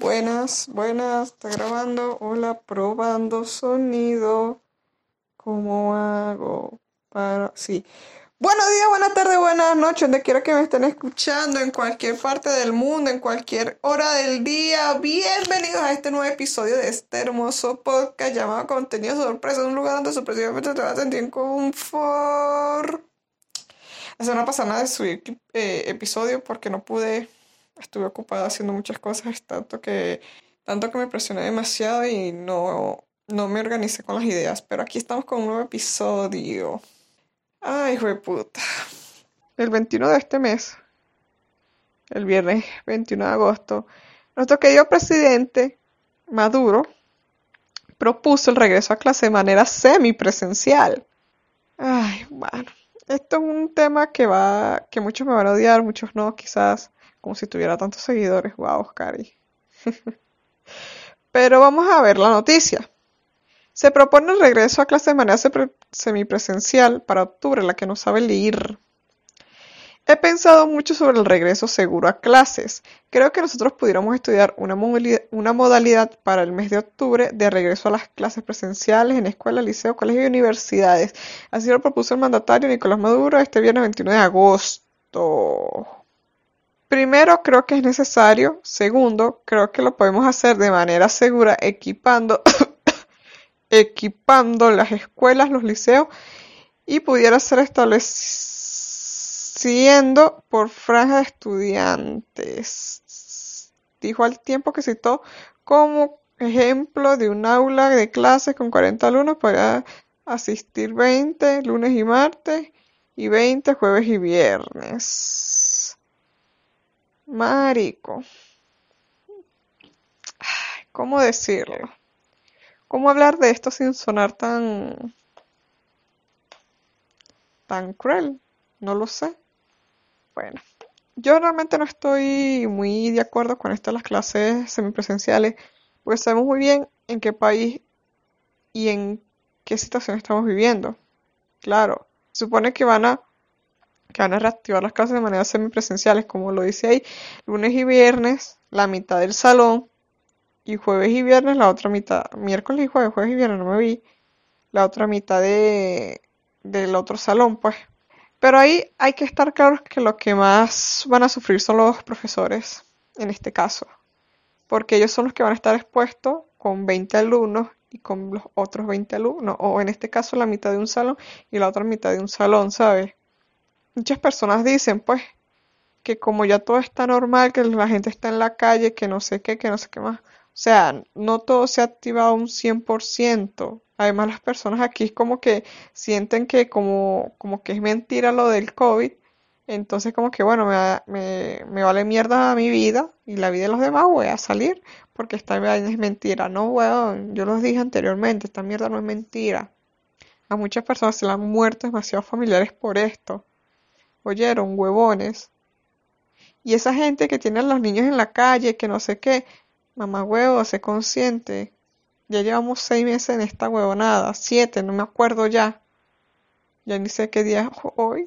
Buenas, buenas, está grabando. Hola, probando sonido. ¿Cómo hago para...? Sí. Buenos días, buenas tardes, buenas noches, donde quiera que me estén escuchando, en cualquier parte del mundo, en cualquier hora del día. Bienvenidos a este nuevo episodio de este hermoso podcast llamado Contenido Sorpresa, un lugar donde sorpresivamente te vas a sentir en confort. La semana pasada nada de subir episodio porque no pude, estuve ocupada haciendo muchas cosas, tanto que me presioné demasiado y no me organicé con las ideas. Pero aquí estamos con un nuevo episodio. Ay, hijo de puta. El 21 de este mes, el viernes 21 de agosto, nuestro querido presidente Maduro propuso el regreso a clase de manera semipresencial. Ay, bueno, esto es un tema que muchos me van a odiar, muchos no, quizás, como si tuviera tantos seguidores. Wow, Cari. Pero vamos a ver la noticia. Se propone el regreso a clase de manera semipresencial para octubre, la que no sabe leer. He pensado mucho sobre el regreso seguro a clases. Creo que nosotros pudiéramos estudiar una modalidad para el mes de octubre de regreso a las clases presenciales en escuelas, liceos, colegios y universidades. Así lo propuso el mandatario Nicolás Maduro este viernes 21 de agosto. Primero, creo que es necesario. Segundo, creo que lo podemos hacer de manera segura equipando las escuelas, los liceos y pudiera ser estableciendo por franja de estudiantes. Dijo al tiempo que citó como ejemplo de un aula de clases con 40 alumnos para asistir 20 lunes y martes y 20 jueves y viernes. Marico, ¿cómo decirlo? ¿Cómo hablar de esto sin sonar tan cruel? No lo sé. Bueno, yo realmente no estoy muy de acuerdo con esto de las clases semipresenciales, porque sabemos muy bien en qué país y en qué situación estamos viviendo. Claro, se supone que van a reactivar las clases de manera semipresenciales, como lo dice ahí, lunes y viernes, la mitad del salón, y jueves y viernes la otra mitad, miércoles y jueves y viernes no me vi, la otra mitad del otro salón, pues. Pero ahí hay que estar claros que lo que más van a sufrir son los profesores, en este caso, porque ellos son los que van a estar expuestos con 20 alumnos y con los otros 20 alumnos, o en este caso la mitad de un salón y la otra mitad de un salón, ¿sabes? Muchas personas dicen, pues, que como ya todo está normal, que la gente está en la calle, que no sé qué, que no sé qué más. O sea, no todo se ha activado un 100%. Además, las personas aquí como que sienten que como que es mentira lo del COVID. Entonces como que bueno, me vale mierda mi vida y la vida de los demás, voy a salir porque esta vaina es mentira. No, weón, yo los dije anteriormente, esta mierda no es mentira. A muchas personas se le han muerto demasiados familiares por esto. Oyeron, huevones. Y esa gente que tiene a los niños en la calle, que no sé qué, mamá huevo, sé consciente. Ya llevamos 6 meses en esta huevonada, 7, no me acuerdo ya. Ya ni sé qué día es hoy.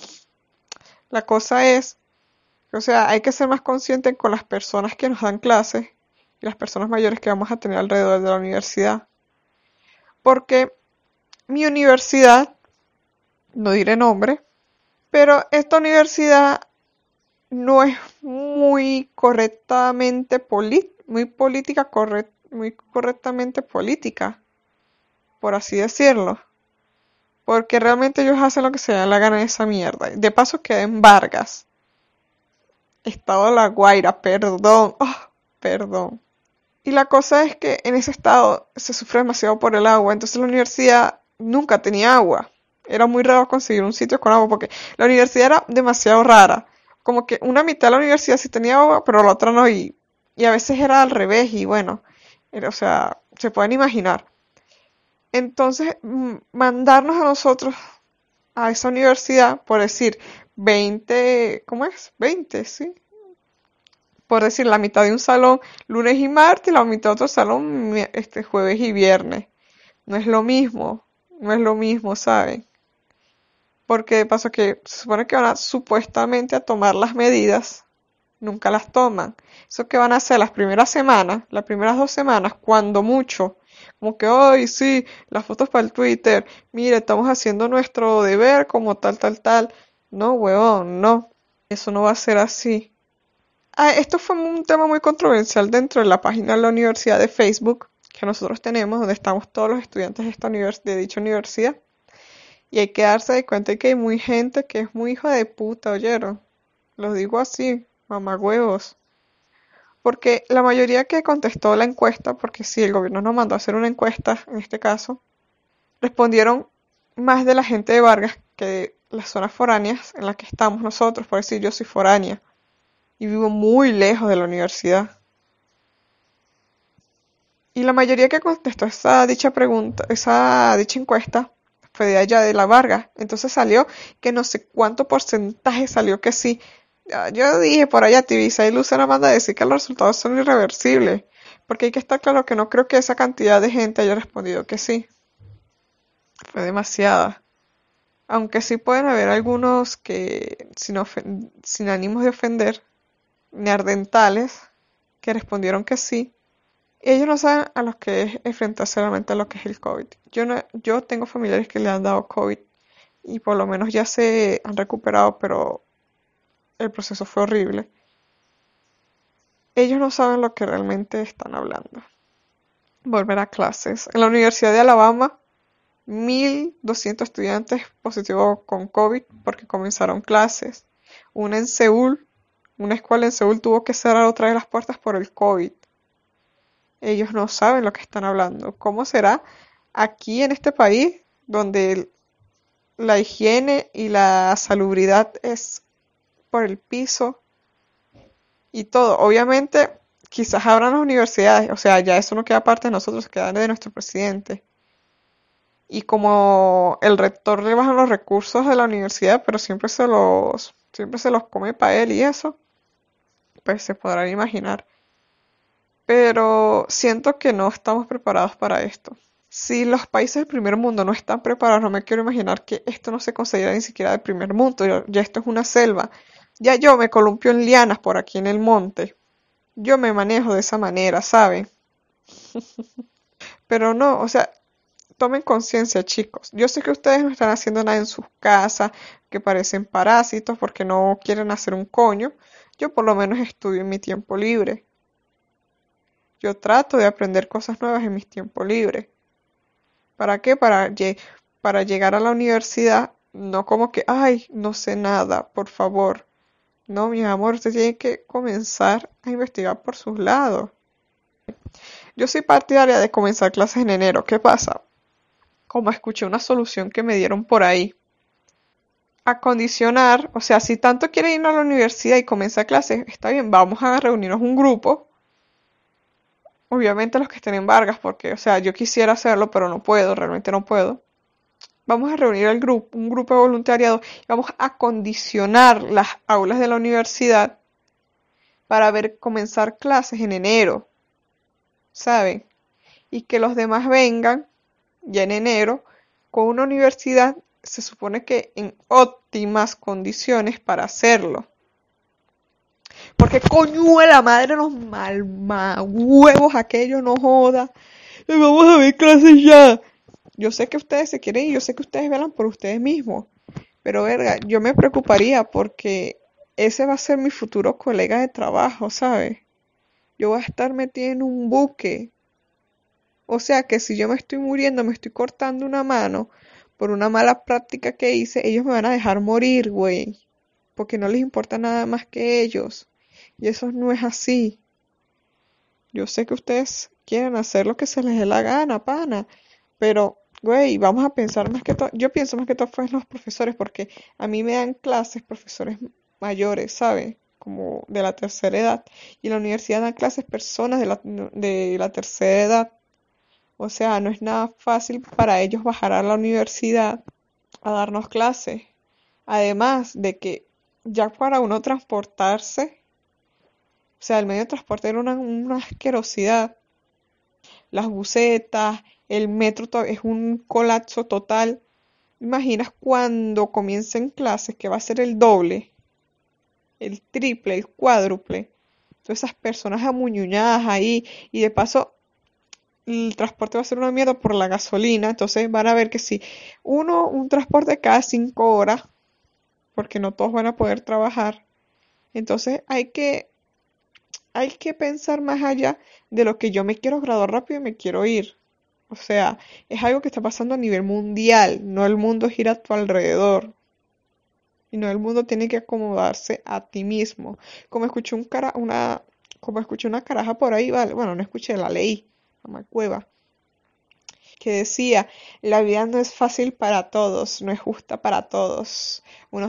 La cosa es, o sea, hay que ser más conscientes con las personas que nos dan clases y las personas mayores que vamos a tener alrededor de la universidad. Porque mi universidad, no diré nombre, pero esta universidad no es muy correctamente muy política, muy correctamente política, por así decirlo. Porque realmente ellos hacen lo que se les da la gana de esa mierda. De paso queda en Vargas, estado de La Guaira, perdón, perdón. Y la cosa es que en ese estado se sufre demasiado por el agua, entonces la universidad nunca tenía agua. Era muy raro conseguir un sitio con agua porque la universidad era demasiado rara. Como que una mitad de la universidad sí tenía agua, pero la otra no. Y a veces era al revés y bueno, o sea, se pueden imaginar. Entonces, mandarnos a nosotros a esa universidad, por decir 20, ¿cómo es? 20, sí. Por decir la mitad de un salón lunes y martes y la mitad de otro salón jueves y viernes. No es lo mismo, no es lo mismo, ¿saben? Porque de paso que se supone que van a supuestamente a tomar las medidas, nunca las toman. Eso que van a hacer las primeras semanas, las primeras 2 semanas, cuando mucho, como que hoy sí, las fotos para el Twitter, mire, estamos haciendo nuestro deber como tal, tal, tal. No, huevón, no, eso no va a ser así. Ah, esto fue un tema muy controversial dentro de la página de la universidad de Facebook que nosotros tenemos, donde estamos todos los estudiantes de, de dicha universidad. Y hay que darse de cuenta que hay muy gente que es muy hijo de puta, oyeron. Los digo así, mamagüevos. Porque la mayoría que contestó la encuesta, porque sí, el gobierno nos mandó a hacer una encuesta en este caso, respondieron más de la gente de Vargas que de las zonas foráneas en las que estamos nosotros. Por decir, yo soy foránea y vivo muy lejos de la universidad. Y la mayoría que contestó esa dicha pregunta, esa dicha encuesta, fue de allá de la Vargas. Entonces salió que no sé cuánto porcentaje salió que sí. Yo dije por allá, Tivisa y Lucena manda a decir que los resultados son irreversibles. Porque hay que estar claro que no creo que esa cantidad de gente haya respondido que sí. Fue demasiada. Aunque sí pueden haber algunos que, sin ánimos de ofender, neardentales, que respondieron que sí. Ellos no saben a lo que es enfrentarse realmente a lo que es el COVID. Yo no, yo tengo familiares que le han dado COVID y por lo menos ya se han recuperado, pero el proceso fue horrible. Ellos no saben lo que realmente están hablando. Volver a clases. En la Universidad de Alabama, 1.200 estudiantes positivos con COVID porque comenzaron clases. Una en Seúl, una escuela en Seúl tuvo que cerrar otra vez las puertas por el COVID. Ellos no saben lo que están hablando. ¿Cómo será aquí en este país donde la higiene y la salubridad es por el piso y todo? Obviamente, quizás abran las universidades, o sea, ya eso no queda parte de nosotros, queda de nuestro presidente. Y como el rector le bajan los recursos de la universidad, pero siempre se los come para él y eso, pues se podrán imaginar. Pero siento que no estamos preparados para esto. Si los países del primer mundo no están preparados, no me quiero imaginar que esto no se considera ni siquiera del primer mundo. Ya esto es una selva. Ya yo me columpio en lianas por aquí en el monte. Yo me manejo de esa manera, ¿saben? Pero no, o sea, tomen conciencia, chicos. Yo sé que ustedes no están haciendo nada en sus casas, que parecen parásitos porque no quieren hacer un coño. Yo por lo menos estudio en mi tiempo libre. Yo trato de aprender cosas nuevas en mis tiempos libres. ¿Para qué? Para llegar a la universidad, no como que, ay, no sé nada, por favor. No, mi amor, usted tiene que comenzar a investigar por sus lados. Yo soy partidaria de comenzar clases en enero. ¿Qué pasa? Como escuché una solución que me dieron por ahí. Acondicionar, o sea, si tanto quiere ir a la universidad y comenzar clases, está bien, vamos a reunirnos un grupo. Obviamente los que estén en Vargas, porque, o sea, yo quisiera hacerlo, pero no puedo, realmente no puedo. Vamos a reunir el grupo, un grupo de voluntariado y vamos a acondicionar las aulas de la universidad para ver comenzar clases en enero, ¿saben? Y que los demás vengan ya en enero con una universidad, se supone que en óptimas condiciones para hacerlo. Porque coño de la madre los huevos aquellos no joda. Vamos a ver clases ya. Yo sé que ustedes se quieren ir, yo sé que ustedes velan por ustedes mismos. Pero verga, yo me preocuparía porque ese va a ser mi futuro colega de trabajo, ¿sabes? Yo voy a estar metida en un buque. O sea que si yo me estoy muriendo, me estoy cortando una mano por una mala práctica que hice, ellos me van a dejar morir, güey. Porque no les importa nada más que ellos. Y eso no es así. Yo sé que ustedes quieren hacer lo que se les dé la gana, pana. Pero, güey, vamos a pensar más que todo. Yo pienso más que todo fue en los profesores, porque a mí me dan clases profesores mayores, ¿sabe? Como de la tercera edad. Y en la universidad dan clases personas de la tercera edad. O sea, no es nada fácil para ellos bajar a la universidad a darnos clases. Además de que ya para uno transportarse, o sea, el medio de transporte era una asquerosidad. Las busetas, el metro es un colapso total. ¿Imaginas cuando comiencen clases que va a ser el doble? el triple, el cuádruple. Todas esas personas amuñuñadas ahí y de paso el transporte va a ser una mierda por la gasolina. Entonces van a ver que si un transporte cada 5 horas, porque no todos van a poder trabajar. Entonces hay que pensar más allá de lo que yo me quiero graduar rápido y me quiero ir. O sea, es algo que está pasando a nivel mundial, no el mundo gira a tu alrededor. Y no el mundo tiene que acomodarse a ti mismo. Como escuché como escuché una caraja por ahí, vale, bueno, no escuché, la leí, mamá cueva, que decía, la vida no es fácil para todos, no es justa para todos.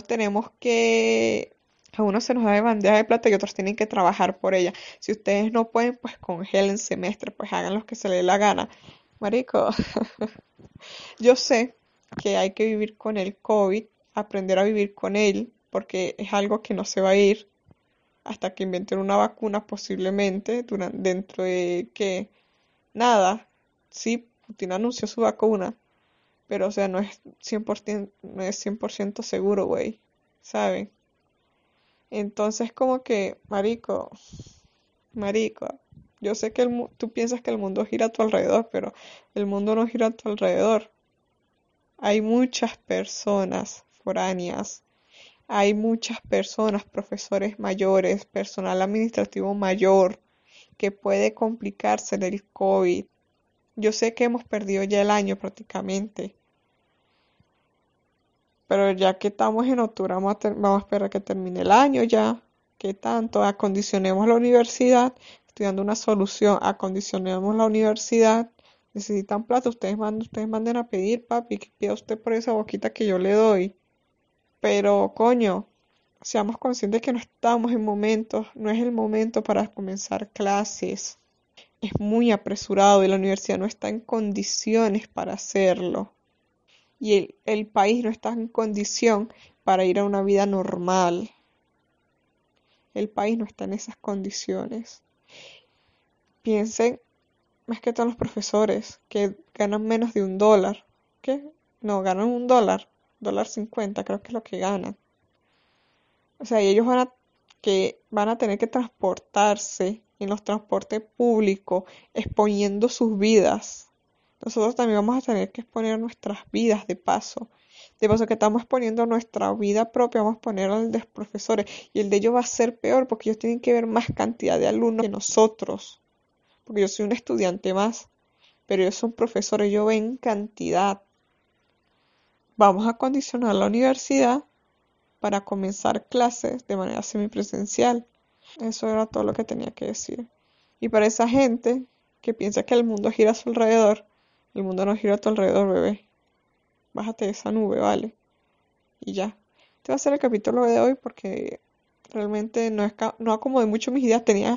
A unos se nos da de bandeja de plata y otros tienen que trabajar por ella. Si ustedes no pueden, pues congelen semestre, pues hagan lo que se les dé la gana. Marico, yo sé que hay que vivir con el COVID, aprender a vivir con él, porque es algo que no se va a ir hasta que inventen una vacuna posiblemente dentro de que nada. Sí, Putin anunció su vacuna, pero o sea, no es 100%, no es 100% seguro, güey, ¿saben? Entonces como que, marico, yo sé que tú piensas que el mundo gira a tu alrededor, pero el mundo no gira a tu alrededor. Hay muchas personas foráneas, hay muchas personas, profesores mayores, personal administrativo mayor, que puede complicarse en el COVID. Yo sé que hemos perdido ya el año prácticamente, pero ya que estamos en octubre, vamos a esperar que termine el año ya. ¿Qué tanto? Acondicionemos la universidad, estoy dando una solución, acondicionemos la universidad. Necesitan plata, ustedes manden a pedir, papi, que pida usted por esa boquita que yo le doy. Pero, coño, seamos conscientes que no estamos en momentos, no es el momento para comenzar clases. Es muy apresurado y la universidad no está en condiciones para hacerlo. Y el país no está en condición para ir a una vida normal. El país no está en esas condiciones. Piensen más que todos los profesores que ganan menos de $1. ¿Qué? No, ganan $1, $1.50, creo que es lo que ganan. O sea, y ellos van a tener que transportarse en los transportes públicos, exponiendo sus vidas. Nosotros también vamos a tener que exponer nuestras vidas de paso. De paso que estamos exponiendo nuestra vida propia, vamos a poner al de los profesores. Y el de ellos va a ser peor porque ellos tienen que ver más cantidad de alumnos que nosotros. Porque yo soy un estudiante más, pero ellos son profesores, ellos ven cantidad. Vamos a condicionar la universidad para comenzar clases de manera semipresencial. Eso era todo lo que tenía que decir. Y para esa gente que piensa que el mundo gira a su alrededor, el mundo no gira a tu alrededor, bebé. Bájate de esa nube, ¿vale? Y ya. Este va a ser el capítulo de hoy porque realmente no acomodé mucho mis ideas. Tenía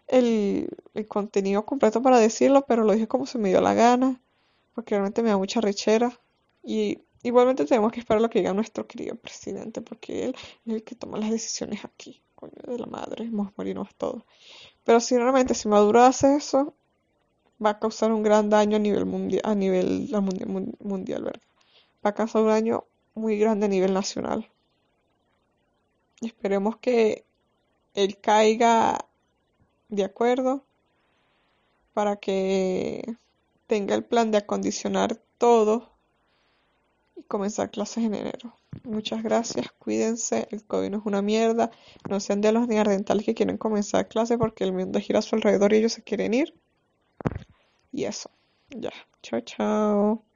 el contenido completo para decirlo, pero lo dije como se me dio la gana, porque realmente me da mucha rechera. Y igualmente tenemos que esperar lo que diga nuestro querido presidente, porque él es el que toma las decisiones aquí. Coño de la madre, vamos a morirnos todos. Pero si realmente si Maduro hace eso, va a causar un gran daño a nivel mundial, mundial, ¿verdad? Va a causar un daño muy grande a nivel nacional. Esperemos que él caiga de acuerdo para que tenga el plan de acondicionar todo y comenzar clases en enero. Muchas gracias, cuídense, el COVID no es una mierda, no sean de los neandertales que quieren comenzar clases porque el mundo gira a su alrededor y ellos se quieren ir. Y eso, ya, chao, chao.